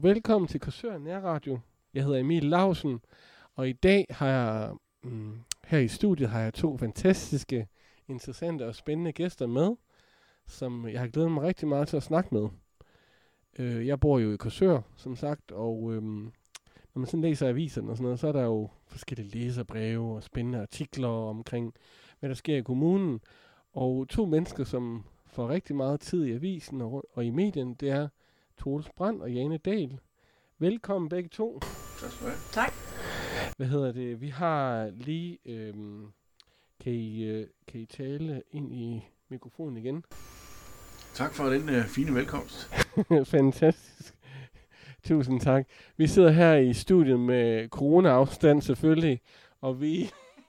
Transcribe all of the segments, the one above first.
Velkommen til Korsør Nærradio. Jeg hedder Emil Lausen, og i dag har jeg her i studiet har jeg to fantastiske, interessante og spændende gæster med, som jeg har glædet mig rigtig meget til at snakke med. Jeg bor jo i Korsør, som sagt, og når man sådan læser aviserne og sådan noget, så er der jo forskellige læserbreve og spændende artikler omkring, hvad der sker i kommunen. Og to mennesker, som får rigtig meget tid i avisen og i medien, det er Troels Brandt og Jane Dahl. Velkommen begge to. Tak. Vi har lige... kan I tale ind i mikrofonen igen? Tak for den fine velkomst. Fantastisk. Tusind tak. Vi sidder her i studiet med corona-afstand selvfølgelig, og vi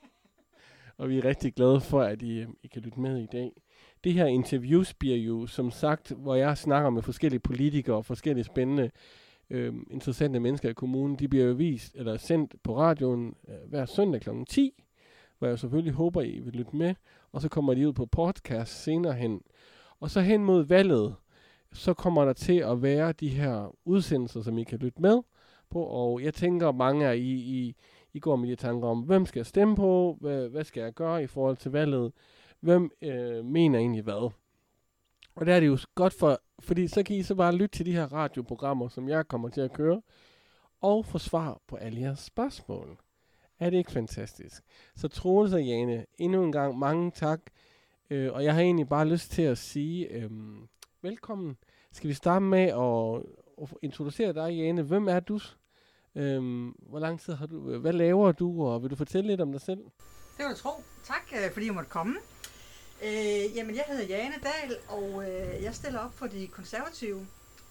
er rigtig glade for, at I kan lytte med i dag. Det her interview bliver jo, som sagt, hvor jeg snakker med forskellige politikere og forskellige spændende, interessante mennesker i kommunen. De bliver jo vist eller sendt på radioen hver søndag kl. 10, hvor jeg selvfølgelig håber, I vil lytte med. Og så kommer de ud på podcast senere hen. Og så hen mod valget, så kommer der til at være de her udsendelser, som I kan lytte med på. Og jeg tænker, mange af I går med de tanker om, hvem skal jeg stemme på? Hvad skal jeg gøre i forhold til valget? Hvem mener egentlig hvad? Og der er det jo godt fordi så kan I så bare lytte til de her radioprogrammer, som jeg kommer til at køre, og få svar på alle jeres spørgsmål. Er det ikke fantastisk? Så Troels og Jane, endnu en gang mange tak. Og jeg har egentlig bare lyst til at sige velkommen. Skal vi starte med at introducere dig, Jane? Hvem er du? Hvor lang tid har du? Hvad laver du? Og vil du fortælle lidt om dig selv? Det var du tro. Tak, fordi jeg måtte komme. Jamen, jeg hedder Jane Dahl, og jeg stiller op for det konservative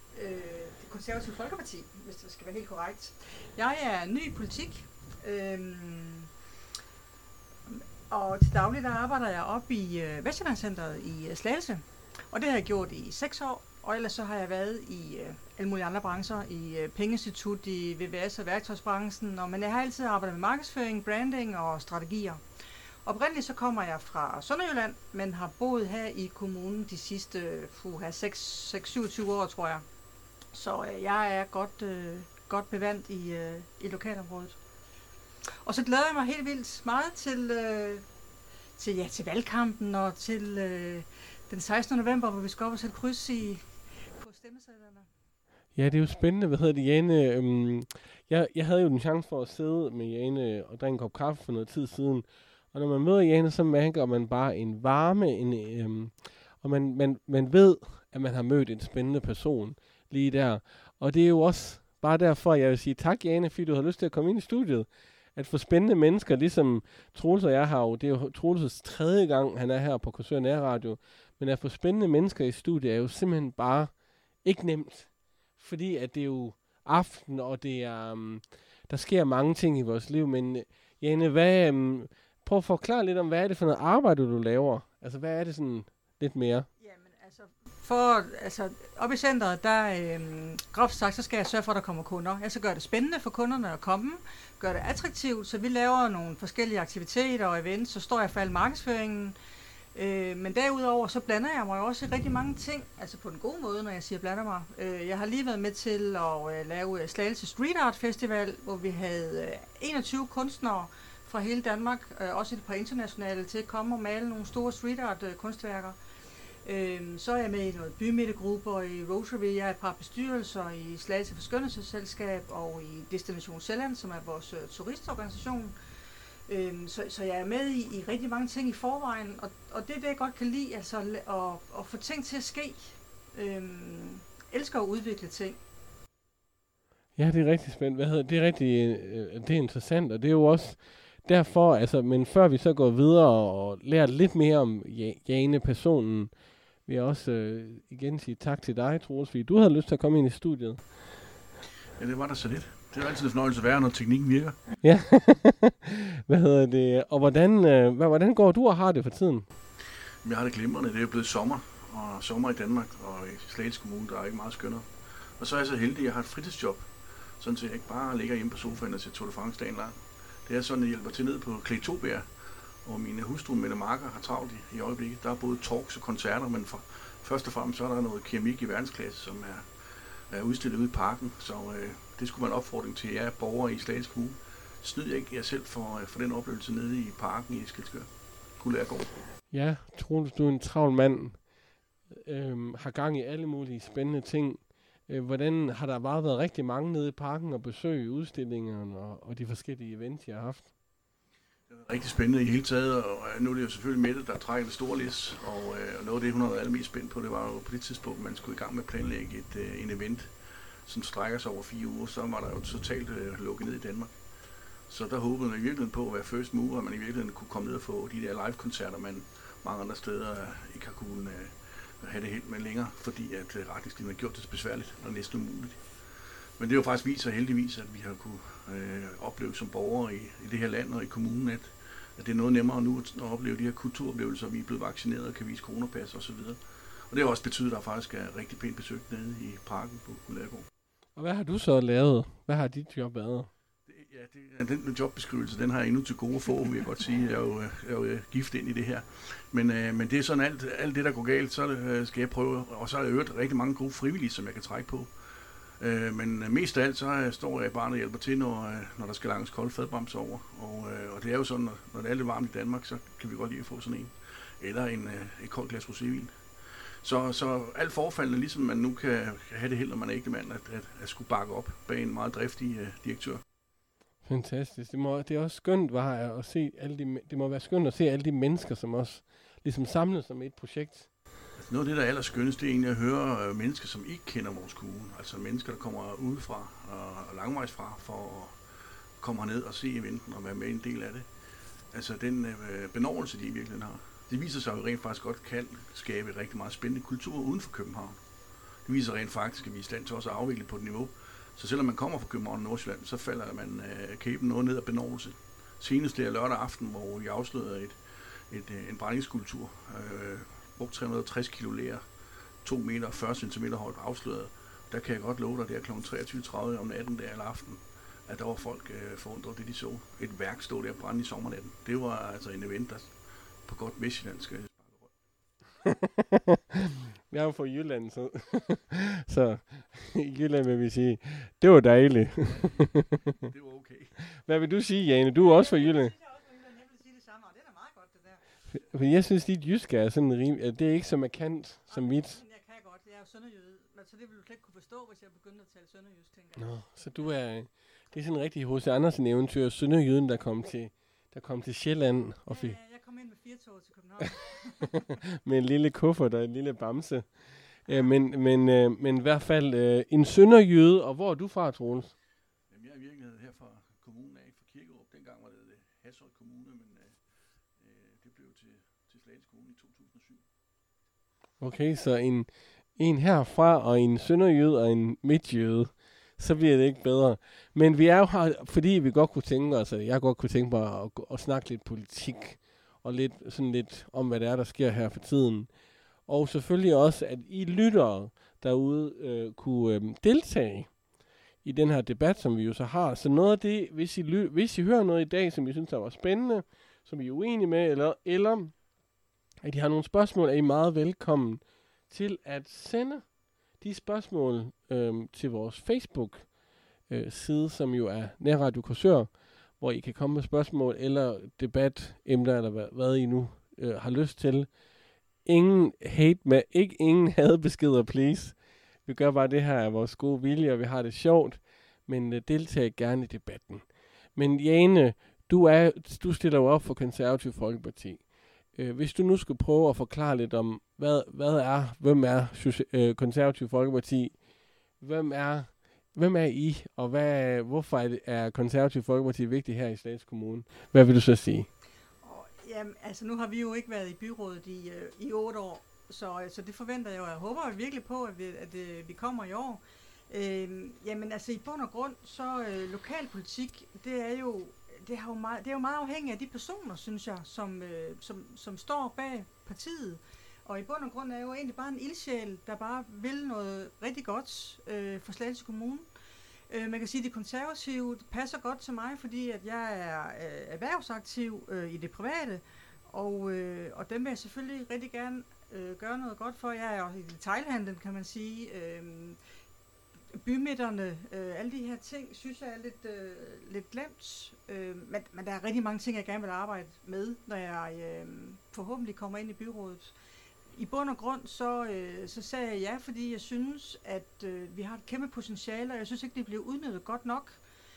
Folkeparti, hvis det skal være helt korrekt. Jeg er ny i politik, og til daglig der arbejder jeg op i Vestsjællandscenteret i Slagelse, og det har jeg gjort i 6 år, og ellers så har jeg været i alle mulige andre brancher, i pengeinstitut, i VVS og værktøjsbranchen, men jeg har altid arbejdet med markedsføring, branding og strategier. Oprindeligt så kommer jeg fra Sønderjylland, men har boet her i kommunen de sidste 6-27 år, tror jeg. Så jeg er godt bevandt i lokalområdet. Og så glæder jeg mig helt vildt meget til valgkampen og til den 16. november, hvor vi skal op og sætte kryds på stemmesedlerne. Ja, det er jo spændende. Jane? Jeg havde jo den chance for at sidde med Jane og drikke en kop kaffe for noget tid siden. Og når man møder Jane, så mærker man bare en varme, og man ved, at man har mødt en spændende person lige der. Og det er jo også bare derfor, jeg vil sige tak, Jane, fordi du har lyst til at komme ind i studiet. At få spændende mennesker, ligesom Troels og jeg har jo, det er jo Troels' 3. gang, han er her på Korsør Nærradio. Men at få spændende mennesker i studiet er jo simpelthen bare ikke nemt. Fordi at det er jo aften, og det er, der sker mange ting i vores liv. Men Jane, prøv at forklare lidt om, hvad er det for noget arbejde, du laver? Altså, hvad er det sådan lidt mere? Jamen, op i centret, der groft sagt, så skal jeg sørge for, at der kommer kunder. Jeg skal gøre det spændende for kunderne at komme, gøre det attraktivt, så vi laver nogle forskellige aktiviteter og events, så står jeg for al markedsføringen. Men derudover, så blander jeg mig også i rigtig mange ting, altså på en god måde, når jeg siger blander mig. Jeg har lige været med til at lave Slagelse Street Art Festival, hvor vi havde 21 kunstnere fra hele Danmark, også et par internationale, til at komme og male nogle store street art kunstværker. Så er jeg med i noget bymidtegrupper i Rotary, jeg er et par bestyrelser i Slagelse Forskønnelsesselskab og i Destination Sjælland, som er vores turistorganisation. Så jeg er med i rigtig mange ting i forvejen, og det er det, jeg godt kan lide, altså at få ting til at ske. Elsker at udvikle ting. Ja, det er rigtig spændende. Det er interessant, og det er jo også derfor, altså, men før vi så går videre og lærer lidt mere om Jane-personen, vil jeg også igen sige tak til dig, Troels, fordi du havde lyst til at komme ind i studiet. Ja, det var der så lidt. Det er jo altid en fornøjelse at være, når teknikken virker. Ja, og hvordan går du og har det for tiden? Jeg har det glimrende. Det er jo blevet sommer, og sommer i Danmark, og i Slagelse Kommune, der er ikke meget skønnere. Og så er jeg så heldig, at jeg har et fritidsjob, sådan så jeg ikke bare ligger hjemme på sofaen og ser Tour de France dagen lang. Det er sådan, at jeg hjælper til ned på Klægtobjerg, og mine hustru Mette Marker har travlt i øjeblikket. Der er både talks og koncerter, men først og fremmest så er der noget keramik i verdensklasse, som er udstillet ude i parken, så det skulle være en opfordring til jer borgere i Slagelse Kommune. Snyd ikke jer selv for den oplevelse nede i parken i Skælskør. Guldagergård. Ja, Troels, du er en travl mand, har gang i alle mulige spændende ting. Hvordan har der bare været rigtig mange nede i parken og besøge udstillingerne og de forskellige events, jeg har haft? Det er rigtig spændende i hele taget, og nu er det jo selvfølgelig Mette, der trækker det store læs, og noget af det, hun har været allermest spændt på, det var jo på det tidspunkt, man skulle i gang med at planlægge en event, som strækker sig over 4 uger, så var der jo totalt lukket ned i Danmark. Så der håbede man i virkeligheden på at være first mover, at man i virkeligheden kunne komme ned og få de der live-koncerter, man mange andre steder ikke har kunnet have det helt med længere, fordi at retningslinjerne har gjort det besværligt og næsten umuligt. Men det er jo faktisk vist sig heldigvis, at vi har kunne opleve som borgere i det her land og i kommunen, at det er noget nemmere nu at opleve de her kulturoplevelser, vi er blevet vaccineret og kan vise coronapas osv. Og det har også betydet, at der faktisk er rigtig pænt besøgt nede i parken på Guldagergård. Og hvad har du så lavet? Hvad har dit job været? Den jobbeskrivelse, den har jeg endnu til gode få, vil jeg godt sige. Jeg er jo gift ind i det her. Men det er sådan alt det, der går galt, så skal jeg prøve. Og så er der øvrigt rigtig mange gode frivillige, som jeg kan trække på. Men mest af alt, så står jeg bare og hjælper til, når der skal langes kolde fadbremser over. Og det er jo sådan, når det er lidt varmt i Danmark, så kan vi godt lide at få sådan en. Eller et koldt glas rosévin. Så alt forfaldende, ligesom man nu kan have det held, når man er ægte mand, at skulle bakke op bag en meget driftig direktør. Fantastisk. Det er også skønt at se det må være skønt at se alle de mennesker, som også ligesom samles som et projekt. Altså noget af det, der er allerskønnest, det er egentlig at høre mennesker, som ikke kender vores kommune. Altså mennesker, der kommer udefra og langvejs fra for at komme herned og se eventen og være med en del af det. Altså den benovelse, de i virkeligheden har. Det viser sig jo rent faktisk godt kan skabe rigtig meget spændende kultur uden for København. Det viser rent faktisk, at vi er i stand til også at afvikle på et niveau. Så selvom man kommer fra København og Nordsjælland, så falder man kæben noget ned af benovelse. Senest det er lørdag aften, hvor vi afslørede en brændingskultur. Brugt 360 kilo ler, 2 meter og 40 cm højt afsløret. Der kan jeg godt love dig, det er kl. 23.30 om natten der eller aften, at der var folk forundret det, de så. Et værk stod der og brændte i sommernatten. Det var altså en event, der på godt vestjylland skal Jeg er jo fra Jylland, så i Jylland vil vi sige, det var dejligt. Det var okay. Hvad vil du sige, Jane? Du er også fra Jylland. Jeg vil sige det samme, og det er meget godt, det der. For jeg synes, dit jysk er sådan rimelig, det er ikke så markant som mit. Jeg kan godt, jeg er jo sønderjyde, så det ville du slet ikke kunne forstå, hvis jeg begyndte at tale sønderjysk, tænker jeg. Nå, så du er, det er sådan en rigtig H.C. Andersen eventyr, sønderjyden, der kom til Sjælland. Og jeg kom ind med 4-toget til København. med en lille kuffert og en lille bamse. Men i hvert fald en sønderjyde, og hvor er du fra, Troels? Jamen, jeg er i virkeligheden her fra kommunen af, fra Kirkerup. Dengang var det Hashøj Kommune, men det blev til Slagelse Kommune i 2007. Okay, så en herfra, og en sønderjyde og en midtjyde. Så bliver det ikke bedre. Men vi er jo her, fordi vi godt kunne tænke os, jeg godt kunne tænke mig at snakke lidt politik, og lidt om, hvad det er, der sker her for tiden. Og selvfølgelig også, at I lyttere derude kunne deltage i den her debat, som vi jo så har. Så noget af det, hvis I hører noget i dag, som I synes, der var spændende, som I er uenige med, eller at I har nogle spørgsmål, er I meget velkommen til at sende de spørgsmål til vores Facebook-side, som jo er Nærradio Korsør, hvor I kan komme med spørgsmål eller debatemner, eller hvad I nu har lyst til. Ingen hadbeskeder, please. Vi gør bare det her af vores gode vilje, og vi har det sjovt, men deltag gerne i debatten. Men Jane, du stiller jo op for Konservativ Folkeparti. Hvis du nu skal prøve at forklare lidt om, hvem er Konservativ Folkeparti, hvem er I, og hvorfor er Konservativ Folkeparti vigtigt her i Slagelse Kommune? Hvad vil du så sige? Jamen, altså nu har vi jo ikke været i byrådet i 8 år, så det forventer jeg jo. Jeg håber virkelig på, at vi kommer i år. Jamen altså i bund og grund, så lokalpolitik, det er jo meget afhængigt af de personer, synes jeg, som står bag partiet. Og i bund og grund er jo egentlig bare en ildsjæl, der bare vil noget rigtig godt for Slagelse Kommune. Man kan sige, at det konservative passer godt til mig, fordi at jeg er erhvervsaktiv i det private, og dem vil jeg selvfølgelig rigtig gerne gøre noget godt for. Jeg er også i detailhandlen, kan man sige. bymidterne, alle de her ting, synes jeg er lidt glemt. Men der er rigtig mange ting, jeg gerne vil arbejde med, når jeg forhåbentlig kommer ind i byrådet. I bund og grund, så sagde jeg ja, fordi jeg synes, at vi har et kæmpe potentiale, og jeg synes ikke, det bliver udnyttet godt nok.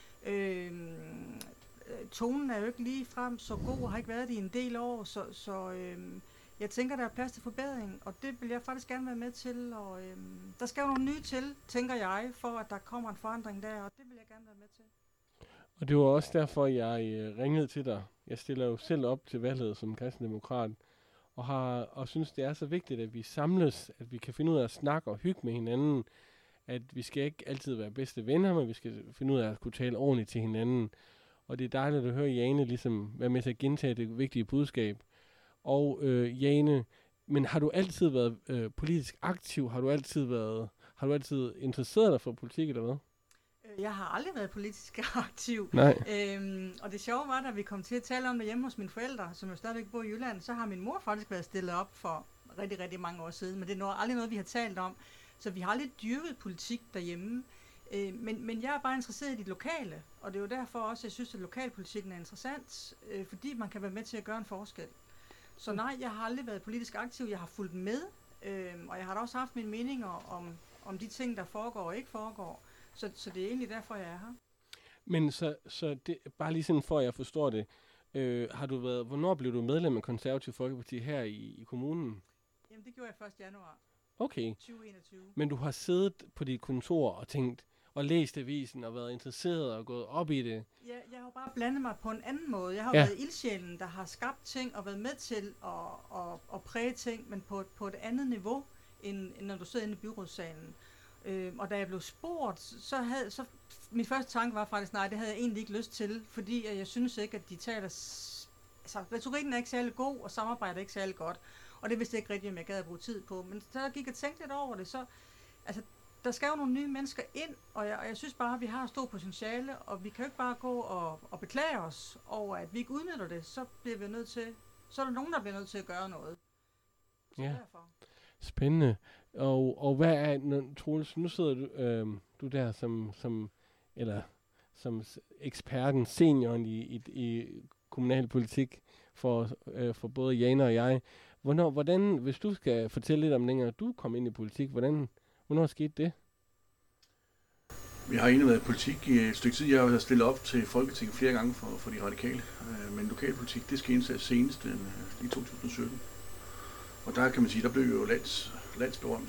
Tonen er jo ikke lige frem så god, og har ikke været det i en del år, så jeg tænker, der er plads til forbedring, og det vil jeg faktisk gerne være med til. Og der skal jo nogle nye til, tænker jeg, for at der kommer en forandring der, og det vil jeg gerne være med til. Og det var også derfor, jeg ringede til dig. Jeg stiller jo selv op til valget som kristendemokrat, og synes, det er så vigtigt, at vi samles, at vi kan finde ud af at snakke og hygge med hinanden, at vi skal ikke altid være bedste venner, men vi skal finde ud af at kunne tale ordentligt til hinanden. Og det er dejligt at høre Jane ligesom være med til at gentage det vigtige budskab. Og Jane, men har du altid været politisk aktiv? Har du altid interesseret dig for politik, eller hvad? Jeg har aldrig været politisk aktiv. Nej. Og det sjove var, da vi kom til at tale om det hjemme hos mine forældre, som jo stadigvæk bor i Jylland, så har min mor faktisk været stillet op for rigtig, rigtig mange år siden. Men det er aldrig noget, vi har talt om. Så vi har aldrig dyrket politik derhjemme. Men jeg er bare interesseret i det lokale. Og det er jo derfor også, jeg synes, at lokalpolitikken er interessant. Fordi man kan være med til at gøre en forskel. Så nej, jeg har aldrig været politisk aktiv. Jeg har fulgt med. Og jeg har da også haft mine meninger om de ting, der foregår og ikke foregår. Så det er egentlig derfor, jeg er her. Men så det, bare lige sådan for, at jeg forstår det. Hvornår blev du medlem af Konservativ Folkeparti her i kommunen? Jamen, det gjorde jeg 1. januar. Okay. 2021. Men du har siddet på dit kontor og tænkt, og læst avisen og været interesseret og gået op i det? Ja, jeg har jo bare blandet mig på en anden måde. Jeg har været ildsjælen, der har skabt ting og været med til at præge ting, men på et andet niveau, end når du sidder inde i byrådssalen. Og da jeg blev spurgt, så min første tanke var faktisk, nej, det havde jeg egentlig ikke lyst til, fordi jeg synes ikke, at de taler... Altså, retorikken er ikke særlig god, og samarbejdet er ikke særlig godt. Og det vidste jeg ikke rigtigt, om jeg gad at bruge tid på. Men så gik jeg tænkte lidt over det, så... Altså, der skal jo nogle nye mennesker ind, og jeg synes bare, at vi har et stort potentiale, og vi kan jo ikke bare gå og beklage os over, at vi ikke udnytter det, så bliver vi nødt til... Så er der nogen, der bliver nødt til at gøre noget. Så derfor. Spændende. Og hvad er, Troels, nu sidder du der som eksperten, senioren i kommunalpolitik for både Jane og jeg. Hvordan, hvis du skal fortælle lidt om længere, du kom ind i politik, hvornår skete det? Vi har egentlig været i politik i et stykke tid. Jeg har stillet op til Folketinget flere gange for de radikale, men lokalpolitik, det skal indsættes senest i 2017. Og der kan man sige, der blev jo landsberømt.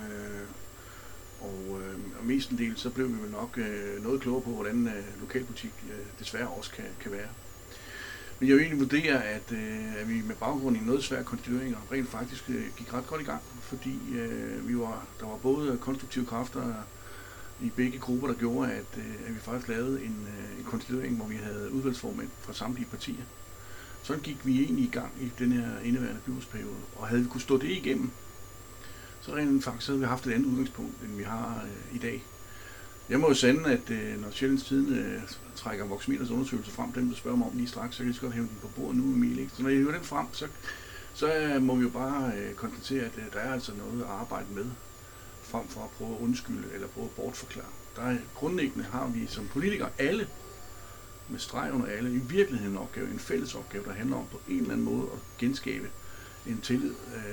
Og mestendels så blev vi vel nok noget klogere på, hvordan lokalpolitik desværre også kan være. Men jeg vil egentlig vurdere, at vi med baggrund i noget svære konstitueringer rent faktisk gik ret godt i gang, fordi der var både konstruktive kræfter i begge grupper, der gjorde, at vi faktisk lavede en konstituering, hvor vi havde udvalgsformænd fra samtlige partier. Så gik vi egentlig i gang i den her indeværende byrådsperiode, og havde vi kunne stå det igennem, så rent faktisk havde vi haft et andet udgangspunkt, end vi har i dag. Jeg må jo sande, at når Sjællands Tidende trækker Voxmeters undersøgelse frem, dem der spørger mig om lige straks, så kan jeg godt hæve den på bordet nu, Emil. Så når jeg hiver den frem, så må vi jo bare konstatere, at der er altså noget at arbejde med, frem for at prøve at undskylde eller prøve at bortforklare. Grundlæggende har vi som politikere alle, med streg under alle, i virkeligheden en opgave, en fælles opgave, der handler om på en eller anden måde at genskabe en tillid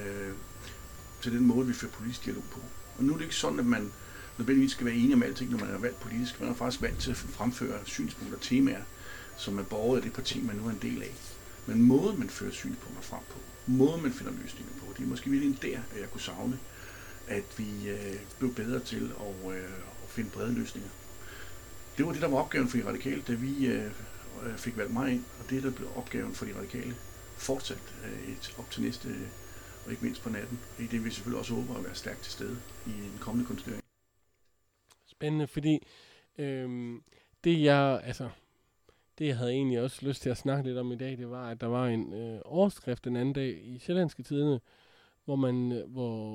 til den måde, vi fører politisk dialog på. Og nu er det ikke sådan, at man nødvendigvis skal være enige om alting, når man er valgt politisk. Man er faktisk valgt til at fremføre synspunkter og temaer, som er borget af det parti, man nu er en del af. Men måden, man fører synspunkter frem på, måden, man finder løsninger på, det er måske virkelig der, at jeg kunne savne, at vi blev bedre til at finde brede løsninger. Det var det, der var opgaven for de radikale, da vi fik valgt mig ind, og det, der blev opgaven for de radikale fortsat op til næste, og ikke mindst på natten. I det vi selvfølgelig også håber at være stærkt til stede i en kommende konstituering. Spændende, fordi det jeg havde egentlig også lyst til at snakke lidt om i dag, det var, at der var en overskrift den anden dag i Sjællandske Tidende, hvor man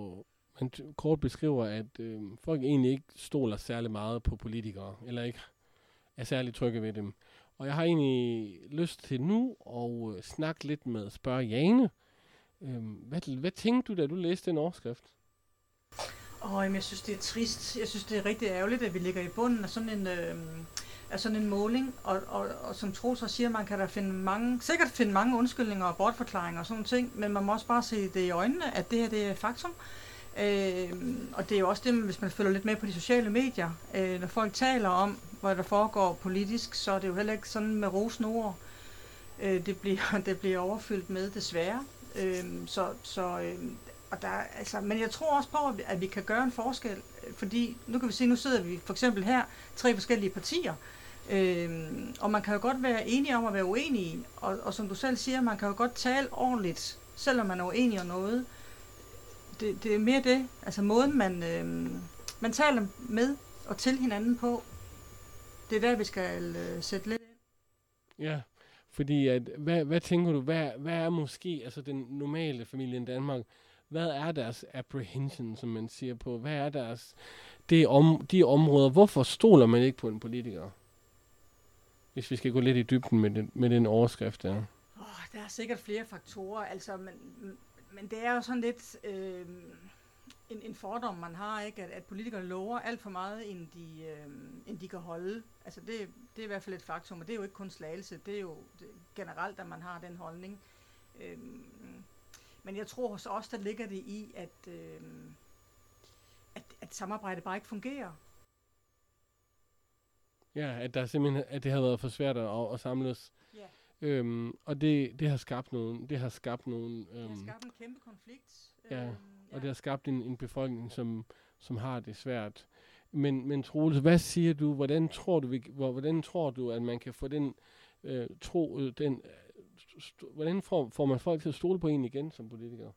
kort beskriver, at folk egentlig ikke stoler særlig meget på politikere, eller ikke er særlig trygge ved dem. Og jeg har egentlig lyst til nu at snakke lidt med spørge Jane. Hvad tænkte du, da du læste den overskrift? Jamen, jeg synes, det er trist. Jeg synes, det er rigtig ærgerligt, at vi ligger i bunden af sådan en måling. Og som Troels også siger, man kan da sikkert finde mange undskyldninger og bortforklaringer og sådan nogle ting, men man må også bare se det i øjnene, at det her det er faktum. Og det er jo også det, hvis man følger lidt med på de sociale medier. Når folk taler om, hvad der foregår politisk, så er det jo heller ikke sådan med rosende ord. Det bliver overfyldt med, desværre. Men jeg tror også på, at vi kan gøre en forskel, fordi nu kan vi se, nu sidder vi for eksempel her, 3 forskellige partier, og man kan jo godt være enige om at være uenige, og som du selv siger, man kan jo godt tale ordentligt, selvom man er uenig om noget. Det er mere det, altså måden man taler med og til hinanden på, det er der, vi skal sætte lidt ind. Ja, fordi hvad tænker du, hvad er måske altså den normale familie i Danmark, hvad er deres apprehension, som man siger på, hvad er deres de områder, hvorfor stoler man ikke på en politiker? Hvis vi skal gå lidt i dybden med den overskrift der. Der er sikkert flere faktorer, altså, men det er jo sådan lidt en fordom, man har, ikke, at politikere lover alt for meget, end de kan holde. Altså det er i hvert fald et faktum, og det er jo ikke kun Slagelse, det er jo generelt, at man har den holdning. Men jeg tror hos os, der ligger det i, at samarbejdet bare ikke fungerer. Ja, at der simpelthen at det har været for svært at samles. Ja. Og det har skabt nogle. Det har skabt en kæmpe konflikt. Og det har skabt en befolkning, som har det svært. Men Troels, hvad siger du? Hvordan tror du, at man kan få den hvordan får man folk til at stole på en igen som politiker?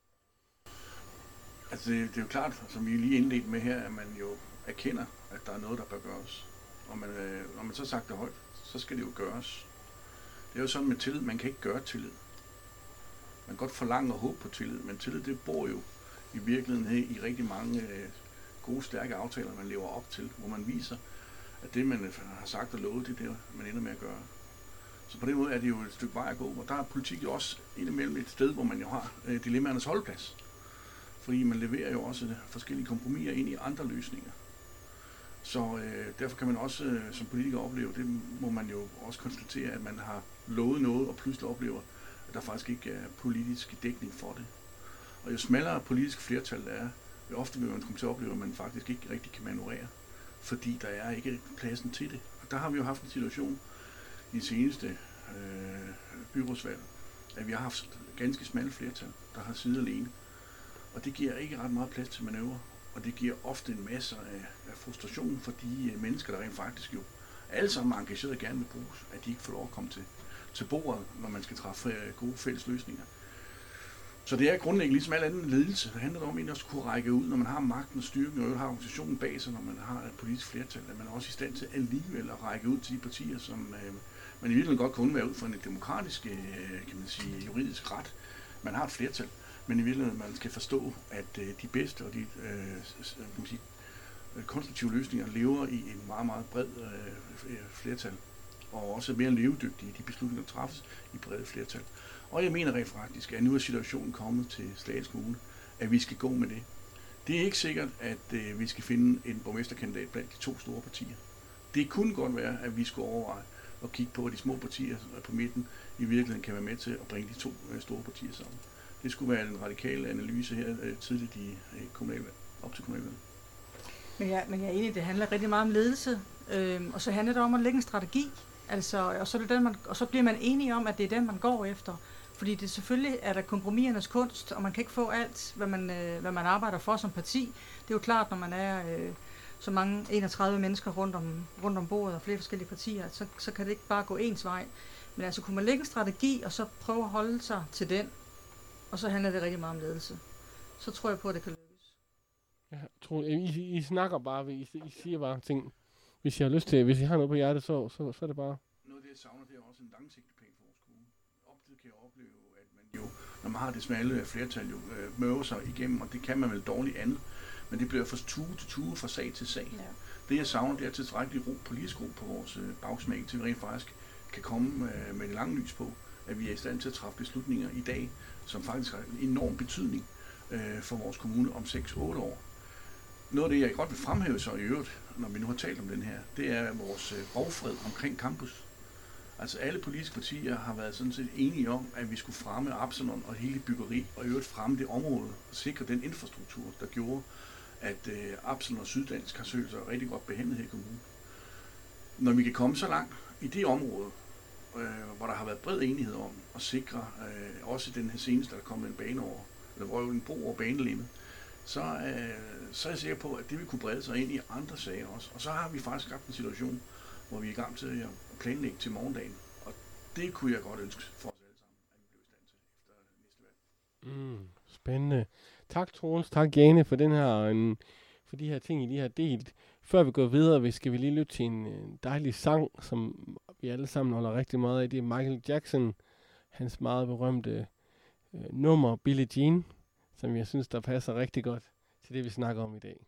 Altså det er jo klart, som vi lige indledte med her, at man jo erkender, at der er noget, der bør gøres. Og når man så sagt det højt, så skal det jo gøres. Det er jo sådan med tillid, man kan ikke gøre tillid. Man kan godt forlange og håbe på tillid, men tillid det bor jo i virkeligheden i rigtig mange gode, stærke aftaler, man lever op til, hvor man viser, at det, man har sagt og lovet, det er det, man ender med at gøre. Så på den måde er det jo et stykke vej at gå, og der er politik jo også indimellem et sted, hvor man jo har dilemmaernes holdplads. Fordi man leverer jo også forskellige kompromiser ind i andre løsninger. Så derfor kan man også som politiker opleve, det må man jo også konstatere, at man har lovet noget, og pludselig oplever, at der faktisk ikke er politisk dækning for det. Og jo smallere politisk flertal der er, jo ofte vil man komme til at opleve, at man faktisk ikke rigtig kan manøvrere, fordi der er ikke pladsen til det. Og der har vi jo haft en situation i det seneste byrådsvalg, at vi har haft ganske smalle flertal, der har siddet alene. Og det giver ikke ret meget plads til manøvre, og det giver ofte en masse af frustration for de mennesker, der rent faktisk jo alle sammen er engageret og gerne vil bruges, at de ikke får lov at komme til bordet, når man skal træffe gode fælles løsninger. Så det er grundlæggende ligesom al anden ledelse. Det handler om at kunne række ud, når man har magten og styrken, og har organisationen bag sig, når man har et politisk flertal, at man er også i stand til alligevel at række ud til de partier, som man i virkeligheden godt kunne være ud fra en demokratisk, kan man sige, juridisk ret. Man har et flertal, men i virkeligheden man skal forstå, at de bedste og de kan man sige, konstruktive løsninger lever i en meget, meget bred flertal, og også mere levedygtige, de beslutninger, der træffes i brede flertal. Og jeg mener rent faktisk, at nu er situationen kommet til Slagelse Kommune, at vi skal gå med det. Det er ikke sikkert, at vi skal finde en borgmesterkandidat blandt de 2 store partier. Det kunne godt være, at vi skulle overveje at kigge på, at de små partier på midten i virkeligheden kan være med til at bringe de 2 store partier sammen. Det skulle være en radikal analyse her tidligt i kommunalvalg, op til kommunalvalget. Men jeg er enig, det handler rigtig meget om ledelse, og så handler det om at lægge en strategi, altså, og så bliver man enige om, at det er den, man går efter. Fordi det selvfølgelig er der kompromisernes kunst, og man kan ikke få alt, hvad man arbejder for som parti. Det er jo klart, når man er så mange 31 mennesker rundt om bordet og flere forskellige partier, så kan det ikke bare gå ens vej. Men altså kunne man lægge en strategi, og så prøve at holde sig til den, og så handler det rigtig meget om ledelse. Så tror jeg på, at det kan lykkes. Jeg tror, I snakker bare, I siger bare ting. Hvis I har lyst til, hvis I har noget på hjertet, så er det bare. Noget af det, jeg savner, det er også en langsigtet plan for vores kommune. Ofte kan jeg opleve, at man jo, når man har det smalle flertal, jo møver sig igennem, og det kan man vel dårligt andet. Men det bliver fra tue til tue, fra sag til sag. Ja. Det, jeg savner, det er tilstrækkelig politisk ro på vores bagsmæk, til vi rent faktisk kan komme med en lang lys på, at vi er i stand til at træffe beslutninger i dag, som faktisk har en enorm betydning for vores kommune om 6-8 år. noget af det, jeg godt vil fremhæve så i øvrigt, når vi nu har talt om den her, det er vores borgfred omkring campus. Altså alle politiske partier har været sådan set enige om, at vi skulle fremme Absalon og hele byggeri, og i øvrigt fremme det område og sikre den infrastruktur, der gjorde, at Absalon og Syddansk har søgt sig rigtig godt behandlet her i kommunen. Når vi kan komme så langt i det område, hvor der har været bred enighed om at sikre også den her seneste, der er kommet en bane over, eller hvor en bro over banelimmet, så er jeg sikker på, at det vil kunne brede sig ind i andre sager også. Og så har vi faktisk skabt en situation, hvor vi er i gang til at planlægge til morgendagen. Og det kunne jeg godt ønske for os alle sammen, at vi blev i stand til efter næste valg. Spændende. Tak Troels, tak Jane for for de her ting, I lige har delt. Før vi går videre, skal vi lige lytte til en dejlig sang, som vi alle sammen holder rigtig meget af. Det er Michael Jackson, hans meget berømte nummer Billie Jean, som jeg synes, der passer rigtig godt til det, vi snakker om i dag.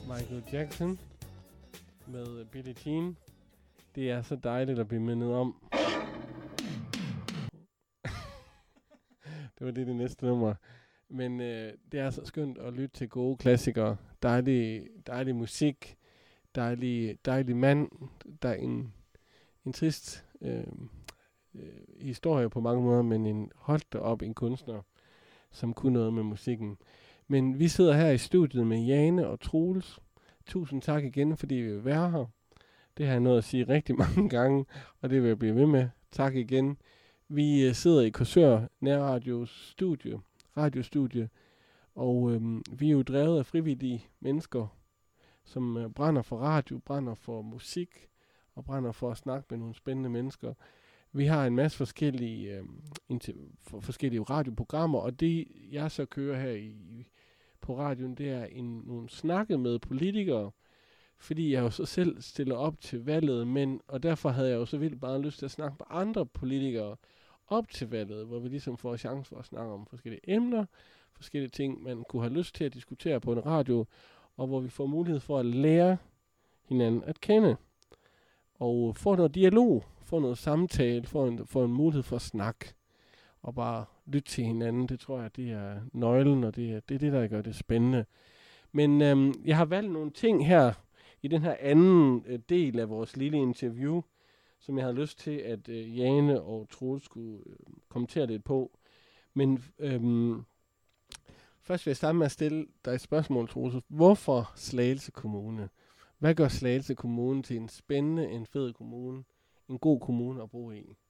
Michael Jackson med Billie Jean. Det er så dejligt at blive mindet om. Det var det næste nummer. Men det er så skønt at lytte til gode klassikere. Dejlig musik. Dejlig mand. Der er en trist historie på mange måder, men holdt op en kunstner, som kunne noget med musikken. Men vi sidder her i studiet med Jane og Troels. Tusind tak igen, fordi vi vil være her. Det har jeg nået at sige rigtig mange gange, og det vil jeg blive ved med. Tak igen. Vi sidder i Korsør radiostudie, og vi er jo drevet af frivillige mennesker, som brænder for radio, brænder for musik, og brænder for at snakke med nogle spændende mennesker. Vi har en masse forskellige radioprogrammer, og det jeg så kører her på radioen, det er nogle snakke med politikere, fordi jeg jo så selv stiller op til valget, og derfor havde jeg jo så vildt bare lyst til at snakke med andre politikere op til valget, hvor vi ligesom får chance for at snakke om forskellige emner, forskellige ting, man kunne have lyst til at diskutere på en radio, og hvor vi får mulighed for at lære hinanden at kende, og få noget dialog, få noget samtale, få en mulighed for at snakke, og bare lytte til hinanden. Det tror jeg, det er nøglen, og det er det, der gør det spændende. Men jeg har valgt nogle ting her, i den her anden del af vores lille interview, som jeg har lyst til, at Jane og Troels skulle kommentere lidt på. Men først vil jeg starte med at stille dig et spørgsmål, Troels. Hvorfor Slagelse Kommune? Hvad gør Slagelse Kommune til en spændende, en fed kommune, en god kommune at bo i?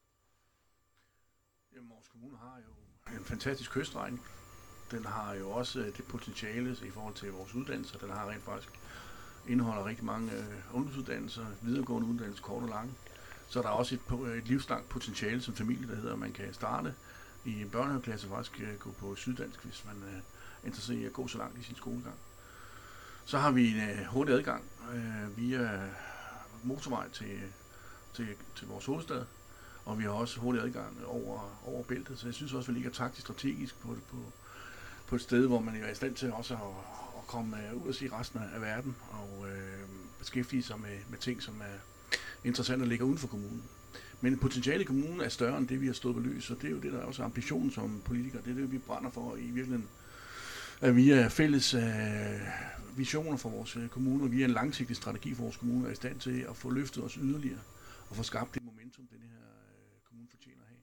Jamen, vores kommune har jo en fantastisk kystregning. Den har jo også det potentiale i forhold til vores uddannelser. Den har rent faktisk indeholder rigtig mange ungdomsuddannelser, videregående uddannelser, kort og lange. Så er der også et livslangt potentiale som familie, der hedder, at man kan starte i en børnehaveklasse og faktisk gå på syddansk, hvis man er interesseret i at gå så langt i sin skolegang. Så har vi en hurtig adgang via motorvej til vores hovedstad, og vi har også hurtig adgang over bæltet, så jeg synes også, at vi ligger taktisk strategisk på et sted, hvor man er i stand til også at komme ud og se resten af verden og beskæftige sig med ting, som er interessante at ligge uden for kommunen. Men potentiale i kommunen er større end det, vi har stået ved løs, og det er jo det, der er også ambitionen som politikere. Det er det, vi brænder for i virkeligheden. At vi er fælles visioner for vores kommune, og vi er en langsigtet strategi for vores kommune, er i stand til at få løftet os yderligere og få skabt det momentum, den her kommune fortjener at have.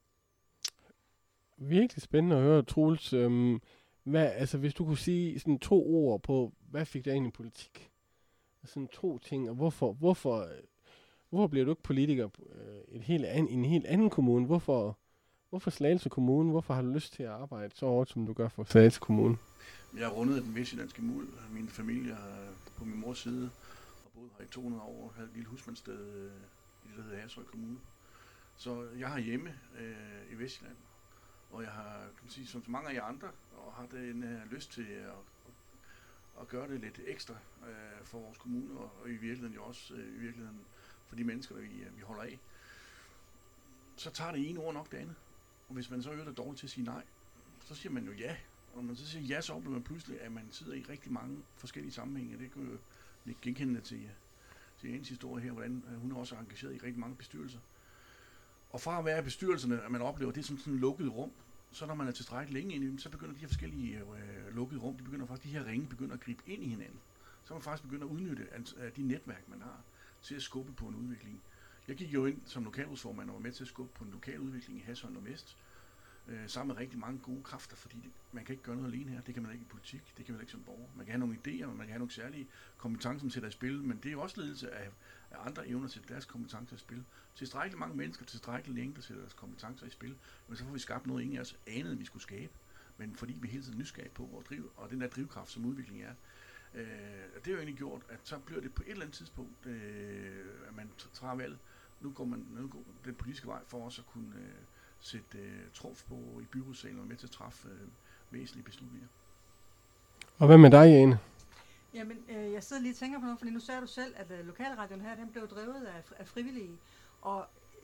Virkelig spændende at høre, Troels. Hvis du kunne sige sådan 2 ord på, hvad fik dig ind i politik? Sådan 2 ting, og hvorfor bliver du ikke politiker i en helt anden kommune? Hvorfor Slagelse Kommune? Hvorfor har du lyst til at arbejde så hårdt, som du gør for Slagelse Kommune? Jeg har rundet den vestjyllandske muld. Min familie på min mors side har boet her i 200 år, havde et lille husmandssted i det, der hedder Ashøj Kommune. Så jeg har hjemme i Vestjylland, og jeg har, kan man sige, som så mange af jer andre, og har den lyst til at gøre det lidt ekstra for vores kommune, og i virkeligheden jo også for de mennesker, der vi holder af. Så tager det ene ord nok det andet. Og hvis man så er dårligt til at sige nej, så siger man jo ja. Og når man så siger ja, så oplever man pludselig, at man sidder i rigtig mange forskellige sammenhænge. Det kan jo genkende til Janes historie her, hvordan hun er også engageret i rigtig mange bestyrelser. Og fra at være i bestyrelserne, at man oplever, det er sådan et lukket rum, så når man er tilstrækkeligt længe inde i dem, så begynder de her forskellige lukkede rum, de her ringe begynder at gribe ind i hinanden. Så man faktisk begynder at udnytte de netværk, man har, til at skubbe på en udvikling. Jeg gik jo ind som lokalrådsformand og var med til at skubbe på en lokal udvikling i Hasholm og Vest, sammen med rigtig mange gode kræfter, fordi man kan ikke gøre noget alene her. Det kan man ikke i politik, det kan man ikke som borger. Man kan have nogle idéer, man kan have nogle særlige kompetencer, som sætter i spil, men det er jo også ledelse af andre evner til deres kompetencer i spil. Tilstrækkeligt mange mennesker, tilstrækkeligt længe, der sætter deres kompetencer i spil, men så får vi skabt noget, ingen af os anede, at vi skulle skabe. Men fordi vi hele tiden er nysgerrige på og den der drivkraft, som udvikling er, det har jo egentlig gjort, at så bliver det på et eller andet tidspunkt, at man træder valget. Nu går den politiske vej for os at kunne sætte trumf på i byrådssalen og med til at træffe væsentlige beslutninger. Og hvad med dig, Jane? Jamen, jeg sidder lige og tænker på noget, fordi nu ser du selv, at lokalradioen her, den blev drevet af frivillige. Og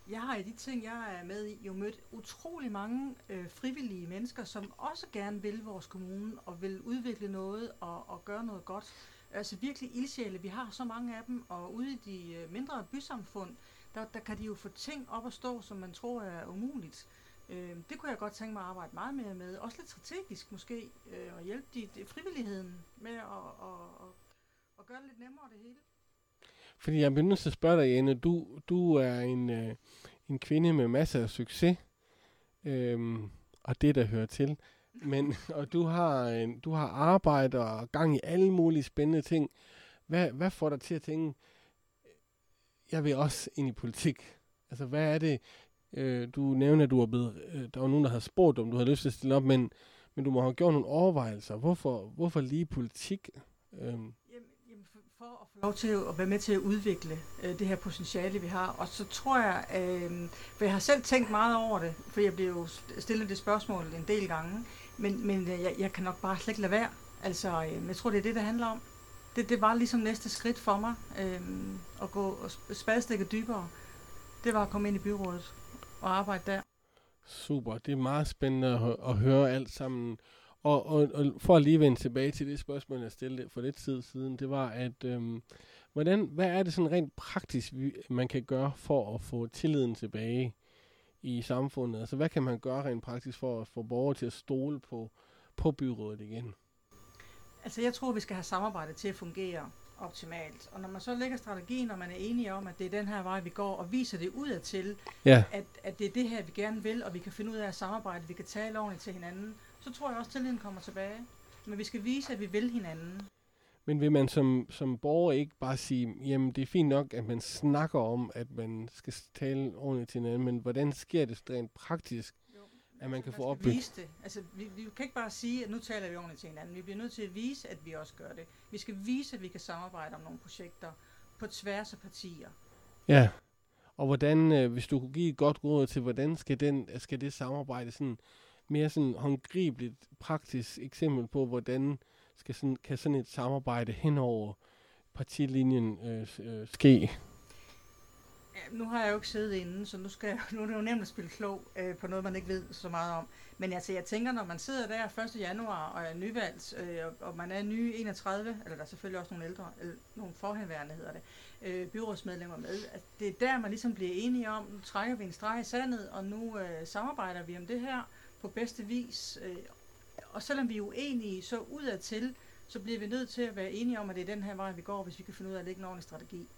Jeg har i de ting, jeg er med i, jo mødt utrolig mange frivillige mennesker, som også gerne vil vores kommune og vil udvikle noget og gøre noget godt. Altså virkelig ildsjæle. Vi har så mange af dem, og ude i de mindre bysamfund, der kan de jo få ting op at stå, som man tror er umuligt. Det kunne jeg godt tænke mig at arbejde meget mere med. Også lidt strategisk måske, og hjælpe frivilligheden med at gøre det lidt nemmere det hele. Fordi jeg bliver nødt til at spørge dig, Jane, du er en kvinde med masser af succes, og det der hører til. Og du har arbejde og gang i alle mulige spændende ting. Hvad får dig til at tænke, jeg vil også ind i politik? Altså, hvad er det, du nævner, at du er blevet, der var nogen, der havde spurgt, om du havde lyst til at stille op, men du må have gjort nogle overvejelser. Hvorfor lige politik? For at få lov til at være med til at udvikle det her potentiale, vi har. Og så tror jeg, for jeg har selv tænkt meget over det, for jeg blev jo stillet det spørgsmål en del gange, men jeg kan nok bare slet ikke lade være. Altså, jeg tror, det er det handler om. Det var ligesom næste skridt for mig, at gå og spadestikke dybere. Det var at komme ind i byrådet og arbejde der. Super, det er meget spændende at høre alt sammen. Og for at lige vende tilbage til det spørgsmål, jeg stillede for lidt tid siden, det var, at hvad er det sådan rent praktisk, man kan gøre for at få tilliden tilbage i samfundet? Altså, hvad kan man gøre rent praktisk for at få borgere til at stole på byrådet igen? Altså, jeg tror, vi skal have samarbejdet til at fungere optimalt. Og når man så lægger strategien, og man er enige om, at det er den her vej, vi går, og viser det udadtil, at det er det her, vi gerne vil, og vi kan finde ud af at samarbejde, vi kan tale ordentligt til hinanden, så tror jeg også, at tilliden kommer tilbage. Men vi skal vise, at vi vil hinanden. Men vil man som borger ikke bare sige, jamen det er fint nok, at man snakker om, at man skal tale ordentligt til hinanden, men hvordan sker det rent praktisk, at man kan få opbygget? Vise det. Altså, vi kan ikke bare sige, at nu taler vi ordentligt til hinanden. Vi bliver nødt til at vise, at vi også gør det. Vi skal vise, at vi kan samarbejde om nogle projekter på tværs af partier. Ja, og hvordan, hvis du kunne give et godt råd til, hvordan skal det samarbejde sådan mere sådan håndgribeligt, praktisk eksempel på, hvordan kan sådan et samarbejde hen over partilinjen ske? Ja, nu har jeg jo ikke siddet inde, så nu er det jo nemt at spille klog på noget, man ikke ved så meget om. Men altså, jeg tænker, når man sidder der 1. januar og er nyvalgt, og man er nye 31, eller der er selvfølgelig også nogle ældre, eller nogle forhenværende hedder det, byrådsmedlemmer med, at det er der, man ligesom bliver enige om, nu trækker vi en streg i sandet, og nu samarbejder vi om det her på bedste vis. Og selvom vi er uenige, så udadtil, så bliver vi nødt til at være enige om, at det er den her vej, vi går, hvis vi kan finde ud af at lægge en ordentlig strategi.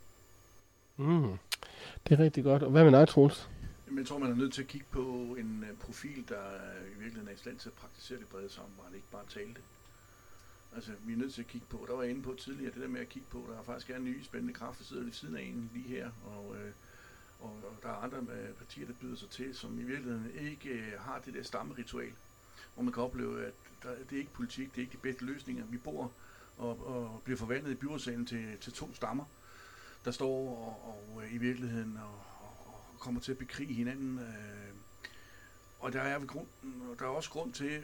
Det er rigtig godt. Og hvad med dig, Troels? Jamen, jeg tror, man er nødt til at kigge på en profil, der i virkeligheden er i stand til at praktisere det brede samarbejde, ikke bare tale det. Altså, vi er nødt til at kigge på, der var jeg inde på tidligere, det der med at kigge på, der er faktisk nye spændende kræfter, der sidder ved siden af en lige her, og der er andre partier, der byder sig til, som i virkeligheden ikke har det der stammeritual, hvor man kan opleve, at det er ikke politik, det er ikke de bedste løsninger. Vi bor og bliver forvandlet i byrådssalen til 2 stammer, der står og i virkeligheden og kommer til at bekrige hinanden. Og der er også grund til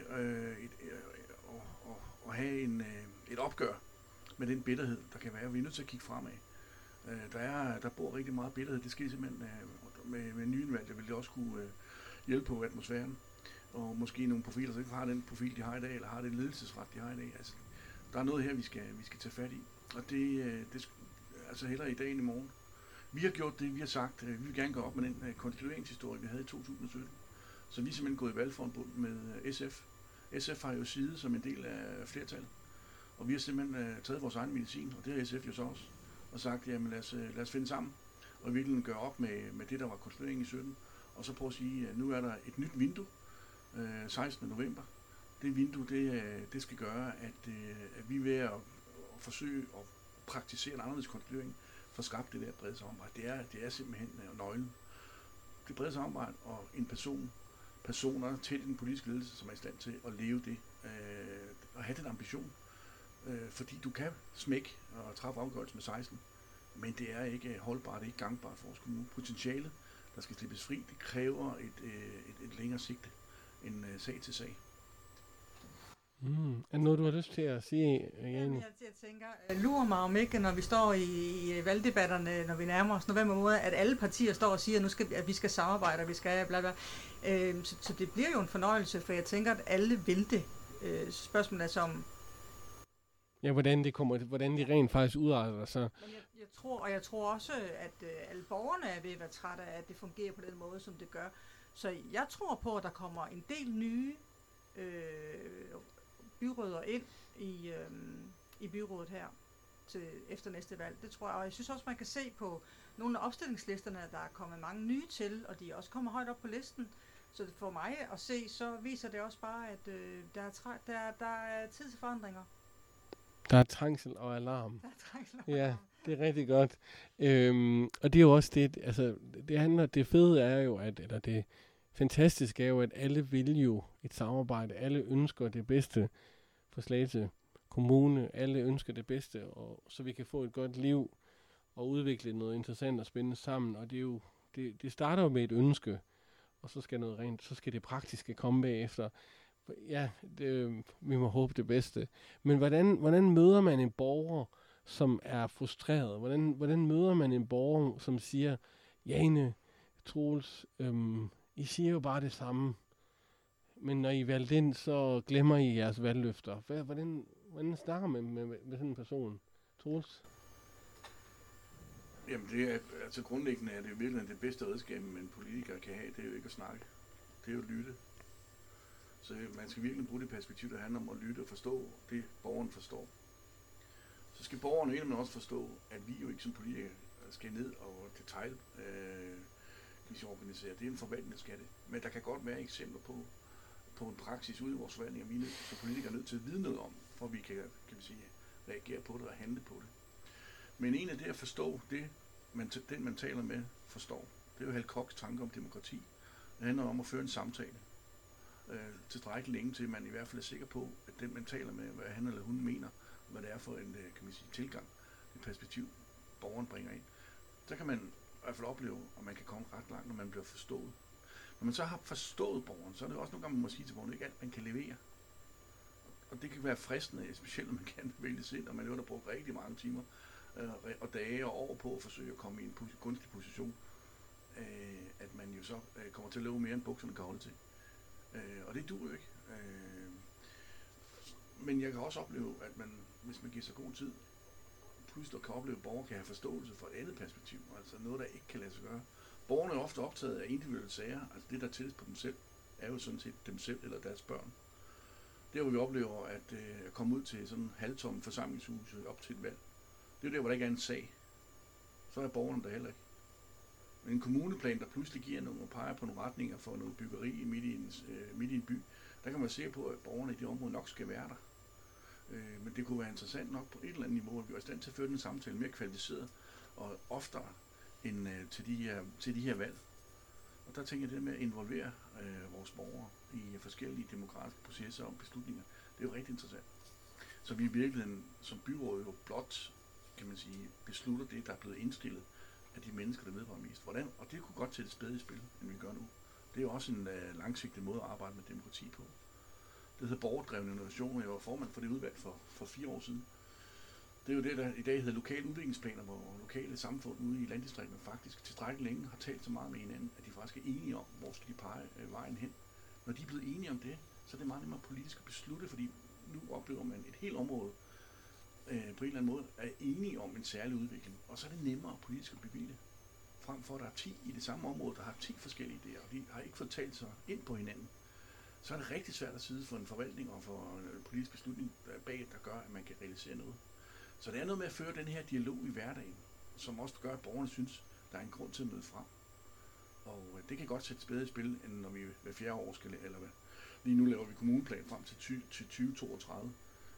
at have et opgør med den bitterhed, der kan være. Vi er nødt til at kigge fremad. Der bor rigtig meget bitterhed. Det sker simpelthen med nyindvalgte, vil det også kunne hjælpe på atmosfæren. Og måske nogle profiler, som ikke har den profil, de har i dag, eller har den ledelsesret, de har i dag. Altså, der er noget her, vi skal tage fat i. Og det altså hellere i dag end i morgen. Vi har gjort det, vi har sagt, vi vil gerne gå op med den konstitueringshistorie, vi havde i 2017. Så vi er simpelthen gået i valgforbund med SF. SF har jo side som en del af flertallet. Og vi har simpelthen taget vores egen medicin, og det har SF jo så også. Og sagt, jamen lad os finde sammen, og virkelig gøre op med det, der var konstitueringen i 17. Og så prøve at sige, at nu er der et nyt vindue, 16. november. Det vindue, det skal gøre, at vi er ved at forsøge at praktisere en anderledes konstituering for at skabe det der brede samarbejde. Det er simpelthen nøglen. Det brede samarbejde og personer til den politiske ledelse, som er i stand til at leve det og have den ambition. Fordi du kan smække og træffe afgørelse med 16, men det er ikke holdbart, det er ikke gangbart for vores kommune. Potentialet, der skal slippes fri, det kræver et længere sigte end sag til sag. Er det noget, du har lyst til at sige, Jane? Jeg tænker, lurer mig om ikke, når vi står i valgdebatterne, når vi nærmer os november måned, at alle partier står og siger, at vi skal samarbejde, og vi skal bla bla. Så det bliver jo en fornøjelse, for jeg tænker, at alle vil det. Spørgsmålet er som... Ja, hvordan de rent faktisk udarter sig. Men jeg tror også, at alle borgerne er ved at være trætte af, at det fungerer på den måde, som det gør. Så jeg tror på, at der kommer en del nye byrødder ind i byrådet her til efter næste valg. Det tror jeg, og jeg synes også, man kan se på nogle af opstillingslisterne, at der er kommet mange nye til, og de er også kommet højt op på listen. Så for mig at se, så viser det også bare, at der er tid til forandringer. Der er trængsel og alarm. Der er trængsel og Ja, alarm. det er rigtig godt. Og det er jo også det, altså det fede er jo, eller det fantastiske er jo, at alle vil jo et samarbejde. Alle ønsker det bedste for Slagelse Kommune. Alle ønsker det bedste, og så vi kan få et godt liv og udvikle noget interessant og spændende sammen. Og det er jo, det starter jo med et ønske, og så skal det praktiske komme bagefter. Ja, vi må håbe det bedste. Men hvordan møder man en borger, som er frustreret? Hvordan møder man en borger, som siger, Jane, Troels, I siger jo bare det samme, men når I valgte ind, så glemmer I jeres valgløfter. Hvordan snakker man med sådan en person? Troels? Jamen, det er, altså grundlæggende er det jo virkelig det bedste redskab, man politikere kan have, det er jo ikke at snakke. Det er jo at lytte. Så man skal virkelig bruge det perspektiv, der handler om at lytte og forstå det, borgeren forstår. Så skal borgerne egentlig også forstå, at vi jo ikke som politikere skal ned og organisere. Det er en forvaltning, der skal det. Men der kan godt være eksempler på en praksis ude i vores forvaltning, og vi som politikere er nødt til at vide noget om, for vi kan vi sige, reagere på det og handle på det. Men en af det at forstå det, den man taler med, forstår. Det er jo Hal Kochs tanke om demokrati. Det handler om at føre en samtale. Tilstrækkeligt længe til, at man i hvert fald er sikker på, at den man taler med, hvad han eller hun mener, hvad det er for en tilgang, et perspektiv, borgeren bringer ind. Så kan man i hvert fald opleve, at man kan komme ret langt, når man bliver forstået. Når man så har forstået borgeren, så er det også nogle gange, man må sige til borgeren, ikke alt man kan levere. Og det kan være fristende, specielt når man kan vælge sind, og man har brugt rigtig mange timer og dage og år på at forsøge at komme i en gunstig position, at man jo så kommer til at leve mere end bukserne kan holde til. Og det duer jo ikke. Men jeg kan også opleve, at man, hvis man giver sig god tid, pludselig kan opleve, at borgere kan have forståelse for et andet perspektiv, altså noget, der ikke kan lade sig gøre. Borgerne er ofte optaget af individuelle sager, altså det, der er tættest på dem selv, er jo sådan set dem selv eller deres børn. Der, hvor vi oplever at komme ud til sådan en halvtomme forsamlingshus op til et valg, det er jo der, hvor der ikke er en sag. Så er borgerne der heller ikke. Men en kommuneplan, der pludselig giver nogle og peger på nogle retninger for noget byggeri midt i en by, der kan man se på, at borgerne i det område nok skal være der. Men det kunne være interessant nok på et eller andet niveau, at vi var i stand til at føre den samtale mere kvalificeret og oftere end til de her valg. Og der tænker jeg, det med at involvere vores borgere i forskellige demokratiske processer og beslutninger, det er jo rigtig interessant. Så vi i virkeligheden som byråd jo blot, kan man sige, beslutter det, der er blevet indstillet af de mennesker, der vedrører mest. Hvordan? Og det kunne godt sætte spæde i spil, end vi gør nu. Det er jo også en langsigtet måde at arbejde med demokrati på. Det hedder borgerdrevne innovation. Jeg var formand for det udvalg for 4 år siden. Det er jo det, der i dag hedder lokale udviklingsplaner, hvor lokale samfund ude i landdistrikterne faktisk tilstrækkeligt længe har talt så meget med hinanden, at de faktisk er enige om, hvor skal de pege vejen hen. Når de er blevet enige om det, så er det meget nemmere politisk at beslutte, fordi nu oplever man et helt område på en eller anden måde er enige om en særlig udvikling, og så er det nemmere politisk at bevilge, frem for at der er 10 i det samme område, der har 10 forskellige idéer, og de har ikke fået talt sig ind på hinanden. Så er det rigtig svært at sidde for en forvaltning og for en politisk beslutning bag, der gør, at man kan realisere noget. Så det er noget med at føre den her dialog i hverdagen, som også gør, at borgerne synes, der er en grund til at møde frem. Og det kan godt sætte spæde i spil, end når vi hver 4. år skal, eller hvad. Lige nu laver vi kommuneplan frem til 2032.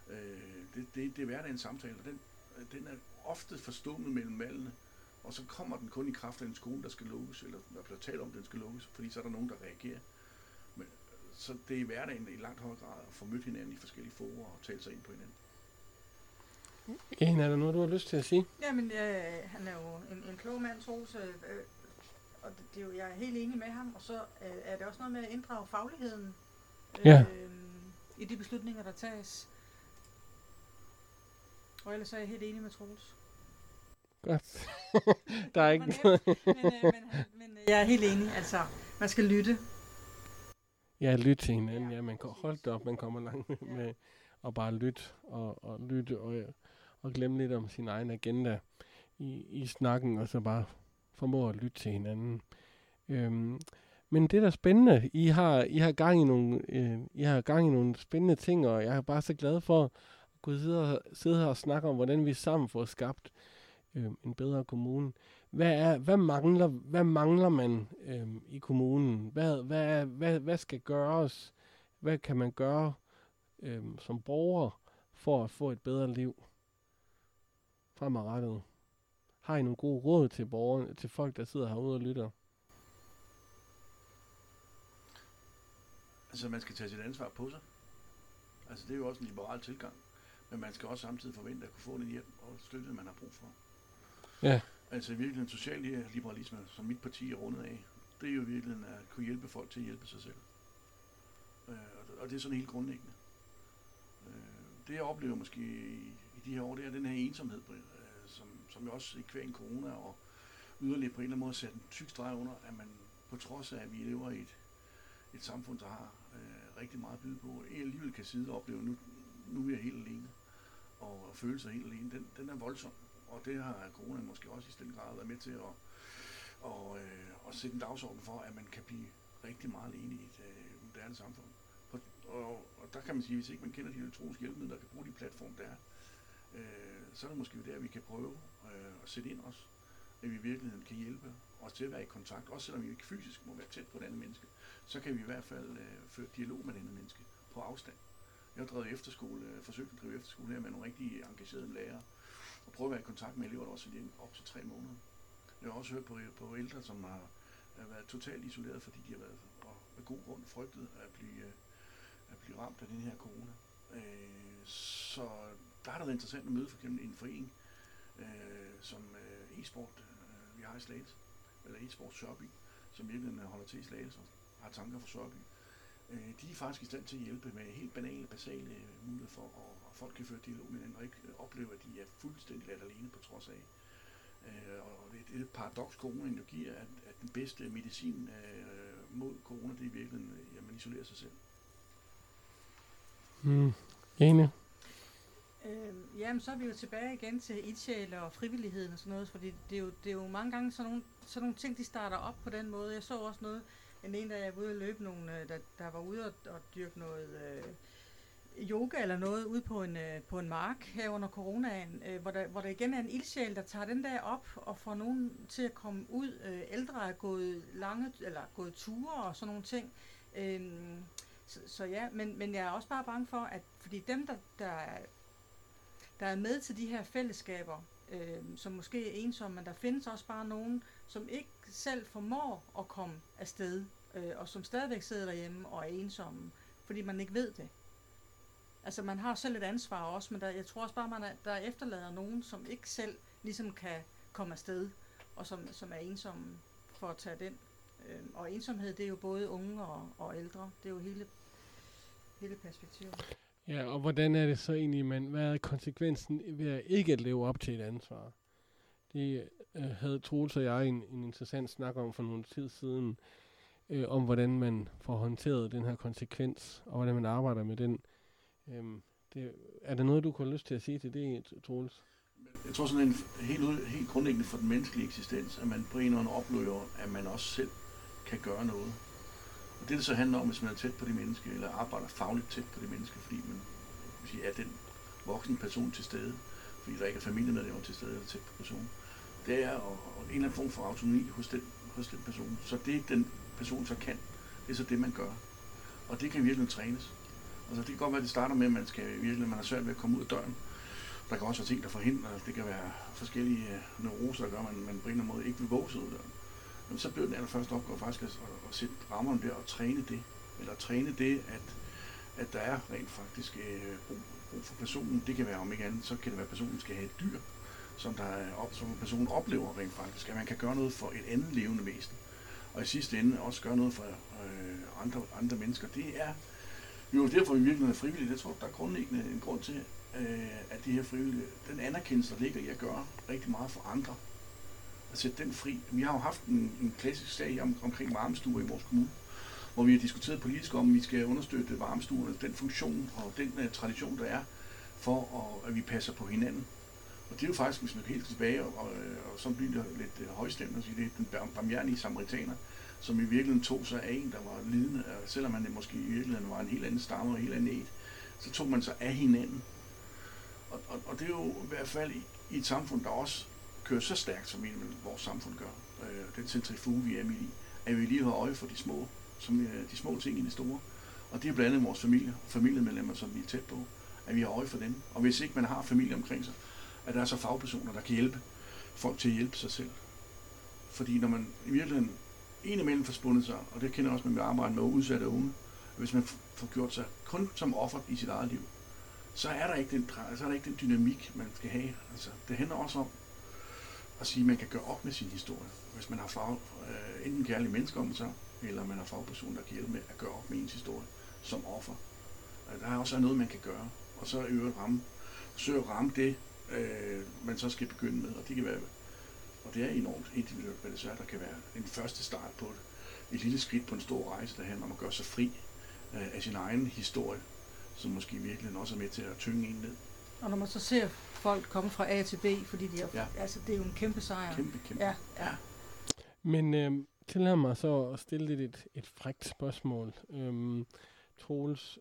Det er hverdagens samtale, og den er ofte forstummet mellem valgene, og så kommer den kun i kraft af en skole, der skal lukkes, eller der bliver talt om, den skal lukkes, fordi så er der nogen, der reagerer. Men, så det er i hverdagen i langt højere grad at få mødt hinanden i forskellige forer og tale sig ind på hinanden. Ja, er der noget, du har lyst til at sige? Jamen, han er jo en klog mand, Troels, og det er jo, jeg er helt enig med ham, og så er det også noget med at inddrage fagligheden. Ja. i de beslutninger, der tages. Og ellers er jeg helt enig med Troels. Godt. Der er ikke... Men jeg er helt enig. Altså, man skal lytte. Ja, lytte til hinanden. Ja, man kan holde det op, man kommer langt med at bare lytte og lytte og glemme lidt om sin egen agenda i snakken, og så bare formå at lytte til hinanden. Men det er da spændende. I har gang i nogle spændende ting, og jeg er bare så glad for at kunne sidde her og snakke om, hvordan vi sammen får skabt en bedre kommune. Hvad mangler man i kommunen? Hvad skal gøres? Hvad kan man gøre som borger for at få et bedre liv fremadrettet? Har I nogle gode råd til borgerne, til folk, der sidder herude og lytter? Altså, man skal tage sit ansvar på sig. Altså, det er jo også en liberal tilgang. Men man skal også samtidig forvente at kunne få den hjælp og støtte, man har brug for. Ja. Altså, i virkeligheden social liberalisme, som mit parti er rundet af, det er jo i virkeligheden at kunne hjælpe folk til at hjælpe sig selv. Og det er sådan helt grundlæggende. Det jeg oplever måske i de her år, det er den her ensomhed, som jo også i kvæg en corona og yderligere på en eller anden måde sat en tyk streg under, at man på trods af, at vi lever i et samfund, der har rigtig meget at byde på, alligevel kan sidde og opleve, nu er jeg helt alene, og føle sig helt alene, den er voldsom. Og det har corona måske også i den grad været med til at sætte en dagsorden for, at man kan blive rigtig meget alene i et moderne samfund. Og der kan man sige, hvis ikke man kender de elektroniske hjælpemidler, der kan bruge de platforme, der er, så er det måske der, vi kan prøve at sætte ind os, at vi i virkeligheden kan hjælpe os til at være i kontakt, også selvom vi ikke fysisk må være tæt på et andet menneske, så kan vi i hvert fald føre dialog med et andet menneske på afstand. Jeg har drevet efterskole, forsøgt at drive efterskole her med nogle rigtig engagerede lærere, og prøve at være i kontakt med elever, der også er op til 3 måneder. Jeg har også hørt på ældre, som har været totalt isoleret, fordi de har været med god grund frygtet at blive ramt af den her corona. Så der har det været interessant at møde for eksempel en forening, som e-sport, vi har i Slagelse, eller e-sport Sørby, som virkelig holder til i Slagelse og har tanker for Sørby. De er faktisk i stand til at hjælpe med helt banale, basale muligheder for, at folk kan føre dialog med hinanden og ikke opleve, at de er fuldstændig ladt alene på trods af. Og det er et paradoks, coronaen jo giver, at den bedste medicin mod corona, det er i virkeligheden, at man isolerer sig selv. Enig. Jamen, så er vi jo tilbage igen til ildsjæle og frivilligheden og sådan noget, fordi det er jo mange gange sådan nogle ting, de starter op på den måde. Jeg så også noget, en der var ude at løbe der var ude og dyrke noget yoga eller noget ude på en mark her under coronaen, hvor der igen er en ildsjæl, der tager den der op og får nogen til at komme ud. Ældre er gået ture og sådan nogle ting. Så ja, men jeg er også bare bange for, at fordi dem, der er med til de her fællesskaber, som måske er ensomme, men der findes også bare nogen, som ikke selv formår at komme afsted, og som stadigvæk sidder derhjemme og er ensomme, fordi man ikke ved det. Altså man har selv et ansvar også, men jeg tror også bare, der efterlader nogen, som ikke selv ligesom kan komme afsted, og som er ensomme for at tage den. Og ensomhed, det er jo både unge og ældre. Det er jo hele perspektivet. Ja, og hvordan er det så egentlig, hvad er konsekvensen ved at ikke at leve op til et ansvar? Det havde Troels og jeg en interessant snak om for nogle tid siden, om hvordan man får håndteret den her konsekvens, og hvordan man arbejder med den. Er der noget, du kunne have lyst til at sige til det, Troels? Jeg tror sådan helt grundlæggende for den menneskelige eksistens, at man på en eller anden oplever, at man også selv kan gøre noget. Og det så handler om, hvis man er tæt på det menneske, eller arbejder fagligt tæt på det menneske, fordi man er den voksne person til stede, fordi der ikke er familiemedlemmer til stede eller tæt på personen. Det er en eller anden form for autonomi hos den person. Så det den person så kan, det er så det, man gør. Og det kan virkelig trænes. Altså det kan godt være, at det starter med, at man har svært ved at komme ud af døren. Der kan også være ting, der forhindrer. Det kan være forskellige neuroser, der gør, at man på en eller anden måde ikke vil våge sig ud af døren. Men så bliver den allerførste opgave faktisk at sætte rammerne der og træne det. Eller træne det, at der er rent faktisk brug for personen. Det kan være om ikke andet, så kan det være, at personen skal have et dyr, som personen oplever rent faktisk. At man kan gøre noget for et andet levende væsen. Og i sidste ende også gøre noget for andre mennesker. Det er Jo, derfor vi virkelig er frivillige. Jeg tror, der er grundlæggende en grund til, at det her frivillige, den anerkendelse, der ligger i at gøre rigtig meget for andre, at sætte den fri. Vi har jo haft en klassisk sag omkring varmestuer i vores kommune, hvor vi har diskuteret politisk om, at vi skal understøtte varmestuerne, den funktion og den tradition, der er, for at vi passer på hinanden. Og det er jo faktisk, hvis man kan helt tilbage, og så bliver det lidt højstemt at sige, det er den barmhjertige samaritaner, som i virkeligheden tog sig af en, der var lidende, selvom man måske i virkeligheden var en helt anden stamme og en helt anden et, så tog man sig af hinanden. Og det er jo i hvert fald i et samfund, der også kører så stærkt, som vores samfund gør, den centrifuge, vi er midt i, at vi lige har øje for de små ting i det store. Og det er blandt andet vores familiemedlemmer, som vi er tæt på, at vi har øje for dem. Og hvis ikke man har familie omkring sig, at der er så fagpersoner, der kan hjælpe folk til at hjælpe sig selv. Fordi når man i virkeligheden indimellem får spundet sig, og det kender jeg også med at arbejde med udsatte unge, hvis man får gjort sig kun som offer i sit eget liv, så er der ikke den dynamik, man skal have. Altså, det handler også om at sige, at man kan gøre op med sin historie. Hvis man har enten kærlige mennesker om sig, eller man har fagpersoner, der kan hjælpe med at gøre op med ens historie som offer. Der er også noget, man kan gøre, og så forsøge at ramme det, man så skal begynde med, og det kan være, og det er enormt individuelt, hvad det så er, der kan være en første start på et lille skridt på en stor rejse, der handler om at gøre sig fri af sin egen historie, som måske virkelig også er med til at tynge en ned. Og når man så ser folk komme fra A til B, fordi altså, det er jo en kæmpe sejr. Kæmpe. Ja. Men tillad mig så at stille lidt et frækt spørgsmål. Troels,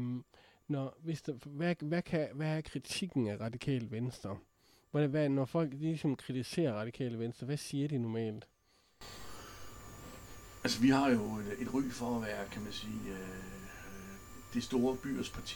hvad er kritikken af Radikale Venstre? Når folk ligesom kritiserer Radikale Venstre, hvad siger de normalt? Altså, vi har jo et ry for at være, kan man sige, det store byers parti.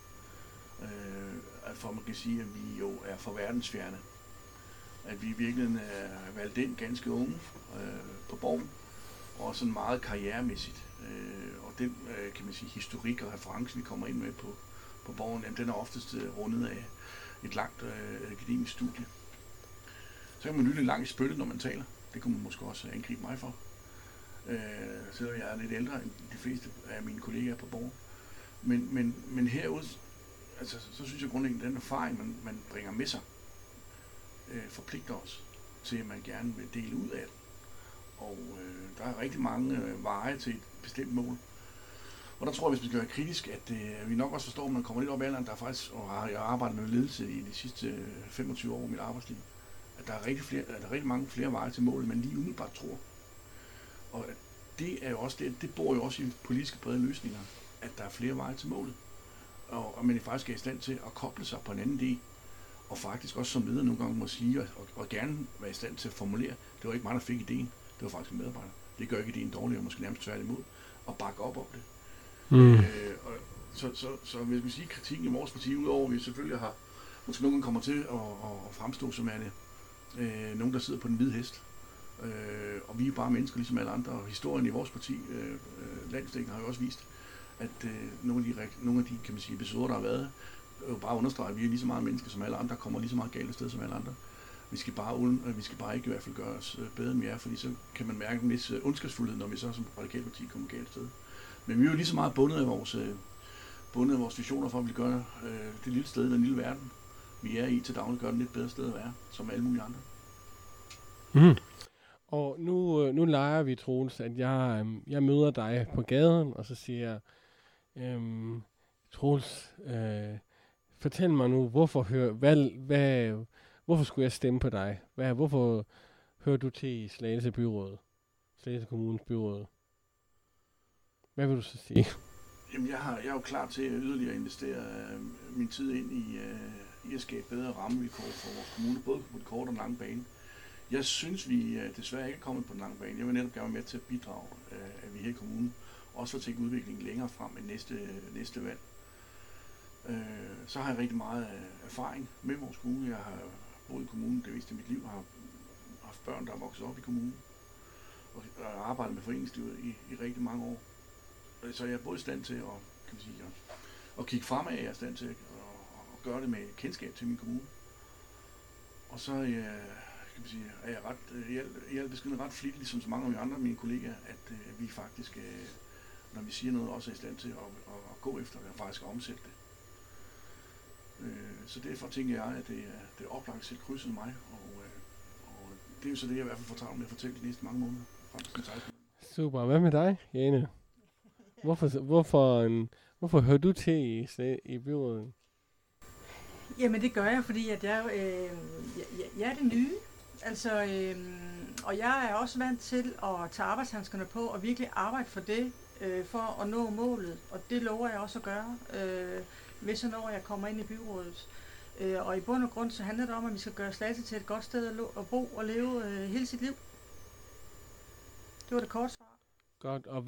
For man kan sige, at vi jo er for verdensfjerne. At vi i virkeligheden er valgt ind ganske unge på Borgen, og sådan meget karrieremæssigt. Og den, kan man sige, historik og reference, vi kommer ind med på Borgen, jamen, den er oftest rundet af et langt akademisk studie. Så kan man lytte langt i spyttet, når man taler. Det kunne man måske også angribe mig for. Selvom jeg er lidt ældre end de fleste af mine kollegaer på Borgen. Men herude, altså, så synes jeg grundlæggende, at den erfaring, man bringer med sig, forpligter os til, at man gerne vil dele ud af det. Og der er rigtig mange veje til et bestemt mål. Og der tror jeg, hvis man skal være kritisk, at vi nok også forstår, at man kommer lidt op i alderen, der er faktisk, og jeg har arbejdet med ledelse i de sidste 25 år af mit arbejdsliv, at der er rigtig mange flere veje til målet, man lige umiddelbart tror. Og det er jo også det bor jo også i politiske brede løsninger, at der er flere veje til målet. Og man er faktisk i stand til at koble sig på en anden idé, og faktisk også som leder nogle gange må sige, og gerne være i stand til at formulere, det var ikke mig, der fik ideen, det var faktisk en medarbejder. Det gør ikke ideen dårligere, måske nærmest tværtimod, og bakke op om det. Så hvis vi siger kritikken i vores parti, udover at vi selvfølgelig har, måske nogen kommer til at fremstå som nogen, der sidder på den hvide hest, og vi er bare mennesker ligesom alle andre, og historien i vores parti, landsdækken, har jo også vist, at nogle af de kan man sige, episoder, der har været, jo bare understreger, at vi er lige så meget mennesker som alle andre, kommer lige så meget galt af sted som alle andre. Vi skal bare ikke i hvert fald gøre os bedre, end vi er, fordi så kan man mærke en vis ondskabsfuldhed, når vi så som radikale parti kommer galt af sted. Men vi er jo lige så meget bundet af vores visioner for, at vi gør det lille sted i den lille verden, vi er i til daglig, gør det lidt bedre sted at være, som alle mulige andre. Og nu leger vi, Troels, at jeg møder dig på gaden, og så siger jeg, Troels, fortæl mig nu, hvorfor skulle jeg stemme på dig? Hvorfor hører du til i Slagelse Kommunes byråd? Hvad vil du så sige? Jamen, jeg er jo klar til at yderligere investere min tid ind i at skabe bedre rammevilkår for vores kommune, både på den korte og den lange bane. Jeg synes, vi desværre ikke er kommet på den lange bane. Jeg vil netop gerne være med til at bidrage, at vi her i kommunen også får tænkt udviklingen længere frem end næste valg. Så har jeg rigtig meget erfaring med vores kommune. Jeg har boet i kommunen det meste af mit liv, har haft børn, der er vokset op i kommunen, og arbejdet med foreningslivet i rigtig mange år. Så jeg er både i stand til at kigge fremad, jeg er i stand til at gøre det med kendskab til min kommune. Og så er jeg i al beskedenhed ret flittig, ligesom så mange af mine andre mine kollegaer, at vi faktisk når vi siger noget, også er i stand til at gå efter det og faktisk omsætte det. Så derfor tænker jeg, at det er oplagt at sætte krydset mig, og det er jo så det, jeg i hvert fald får travlt med at fortælle de næste mange måneder frem til den 16. Super. Hvad med dig, Jane? Hvorfor hører du til i byrådet? Jamen det gør jeg, fordi at jeg er det nye. Altså, og jeg er også vant til at tage arbejdshandskerne på og virkelig arbejde for det, for at nå målet. Og det lover jeg også at gøre, hvis og når jeg kommer ind i byrådet. Og i bund og grund så handler det om, at vi skal gøre Slagelse til et godt sted at bo og leve hele sit liv. Det var det korte svar. Godt. Og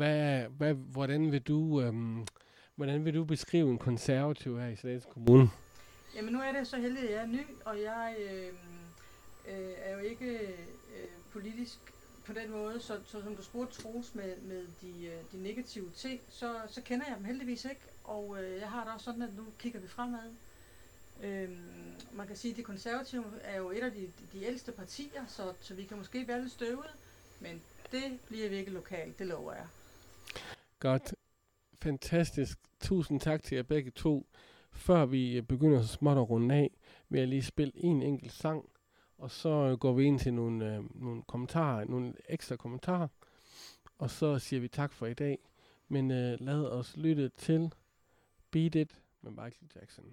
hvordan vil du beskrive en konservativ her i Slagelse Kommune? Jamen nu er det så heldigt, at jeg er ny, og jeg er jo ikke politisk på den måde, så som du spurgte Troels med de negative ting, så kender jeg dem heldigvis ikke, og jeg har det også sådan, at nu kigger vi fremad. Man kan sige, at de konservative er jo et af de ældste partier, så vi kan måske være lidt støvede, men det bliver vi ikke lokalt, det lover jeg. Godt. Fantastisk. Tusind tak til jer begge to. Før vi begynder så småt at runde af, vil jeg lige spille en enkelt sang, og så går vi ind til nogle kommentarer, nogle ekstra kommentarer, og så siger vi tak for i dag. Men lad os lytte til Beat It med Michael Jackson.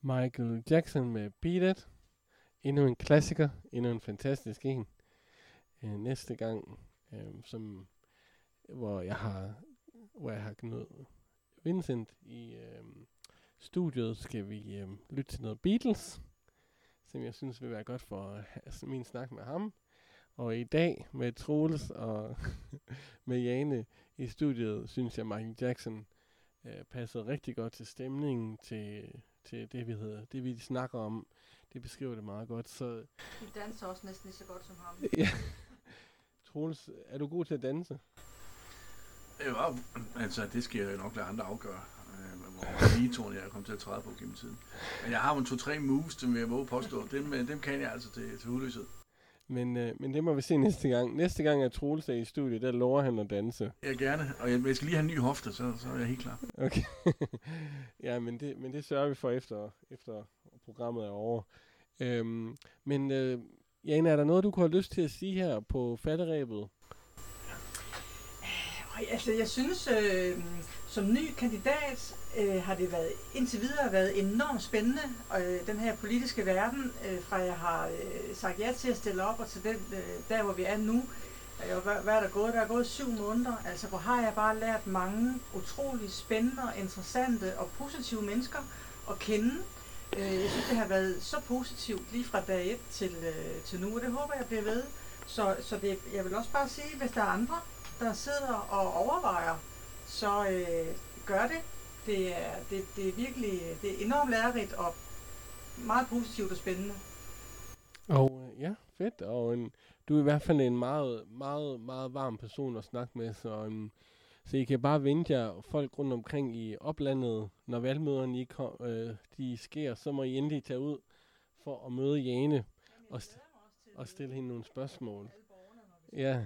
Michael Jackson med Beat It. Endnu en klassiker, endnu en fantastisk en. Næste gang, hvor jeg har knyttet Vincent i studiet, skal vi lytte til noget Beatles, som jeg synes vil være godt for min snak med ham. Og i dag med Troels og med Jane i studiet, synes jeg Michael Jackson passede rigtig godt til stemningen, til det vi snakker om. Det beskriver det meget godt. Så du danser også næsten lige så godt som ham. Ja. Troels, er du god til at danse? Ja, altså det skal jeg nok lade andre afgøre, hvor ligetårne jeg er kommet til at træde på gennem tiden. Men jeg har jo 2-3 moves, som jeg må påstå. Dem kan jeg altså til udløshed. Men det må vi se næste gang. Næste gang er Troels i studiet, der lover han at danse. Ja, gerne. Og jeg skal lige have en ny hofte, så er jeg helt klar. Okay. Ja, men det sørger vi for efter programmet er over. Jane, er der noget, du kunne have lyst til at sige her på falderebet? Altså, jeg synes, som ny kandidat har det indtil videre været enormt spændende, den her politiske verden, fra jeg har sagt ja til at stille op, og til der hvor vi er nu. Hvad er der gået? Der er gået 7 måneder, altså hvor har jeg bare lært mange utrolig spændende, interessante og positive mennesker at kende. Jeg synes, det har været så positivt lige fra dag 1 til nu, og det håber jeg bliver ved. Så jeg vil også bare sige, hvis der er andre, der sidder og overvejer, så gør det. Det er virkelig enormt lærerigt og meget positivt og spændende. Og ja, fedt. Og du er i hvert fald en meget, meget, meget varm person at snakke med, så I kan bare vente jer folk rundt omkring i oplandet, når valgmøderne de sker, så må I endelig tage ud for at møde Jane og stille hende nogle spørgsmål. Ja.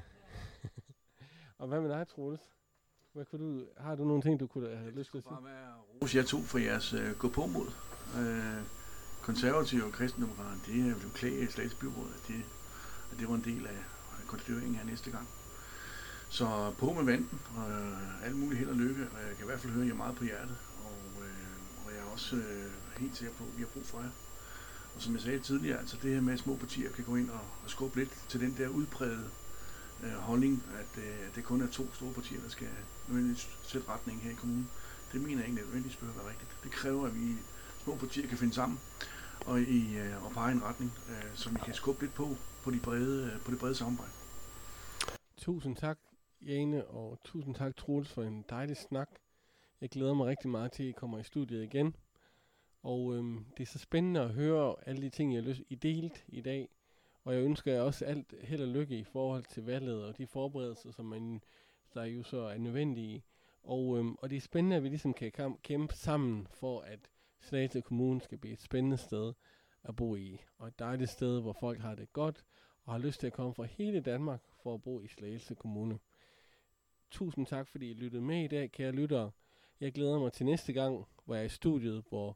Og hvad med dig, Troels? Har du nogle ting, du kunne have lyst til at sige? Det skulle bare være ros jer to for jeres gå-på-mod. Konservative og kristendemokrater, det er blevet klædt i Slagelse Byråd, at det var en del af konstitueringen her næste gang. Så på med vanten, og alt muligt held og lykke, og jeg kan i hvert fald høre jer meget på hjertet, og jeg er også helt sikker på, at vi har brug for jer. Og som jeg sagde tidligere, altså det her med, at små partier kan gå ind og skubbe lidt til den der udprægede holdning, at det kun er 2 store partier, der skal nødvendigvis sætte retning her i kommunen. Det mener jeg ikke nødvendigvis behøver være rigtigt. Det kræver, at vi små partier kan finde sammen og pege en retning, som vi kan skubbe lidt på det brede samarbejde. Tusind tak, Jane, og tusind tak, Troels, for en dejlig snak. Jeg glæder mig rigtig meget til, at I kommer i studiet igen. Og det er så spændende at høre alle de ting, I delt i dag. Og jeg ønsker jer også alt held og lykke i forhold til valget og de forberedelser, der jo så er nødvendige. Og det er spændende, at vi ligesom kan kæmpe sammen for, at Slagelse Kommune skal blive et spændende sted at bo i. Og et dejligt sted, hvor folk har det godt og har lyst til at komme fra hele Danmark for at bo i Slagelse Kommune. Tusind tak, fordi I lyttede med i dag, kære lyttere. Jeg glæder mig til næste gang, hvor jeg er i studiet, hvor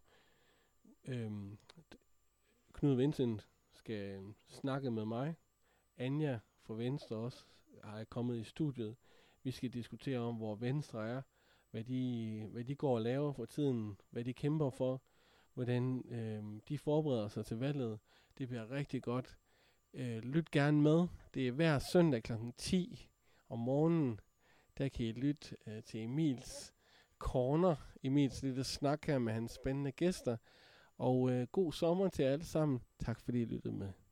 Knud Vincent skal snakke med mig. Anja fra Venstre også er kommet i studiet. Vi skal diskutere om, hvor Venstre er, hvad de går og laver for tiden, hvad de kæmper for, hvordan de forbereder sig til valget. Det bliver rigtig godt. Lyt gerne med. Det er hver søndag kl. 10 om morgenen. Der kan I lytte til Emils Corner. Emils lille snak her med hans spændende gæster. Og god sommer til alle sammen. Tak fordi I lyttede med.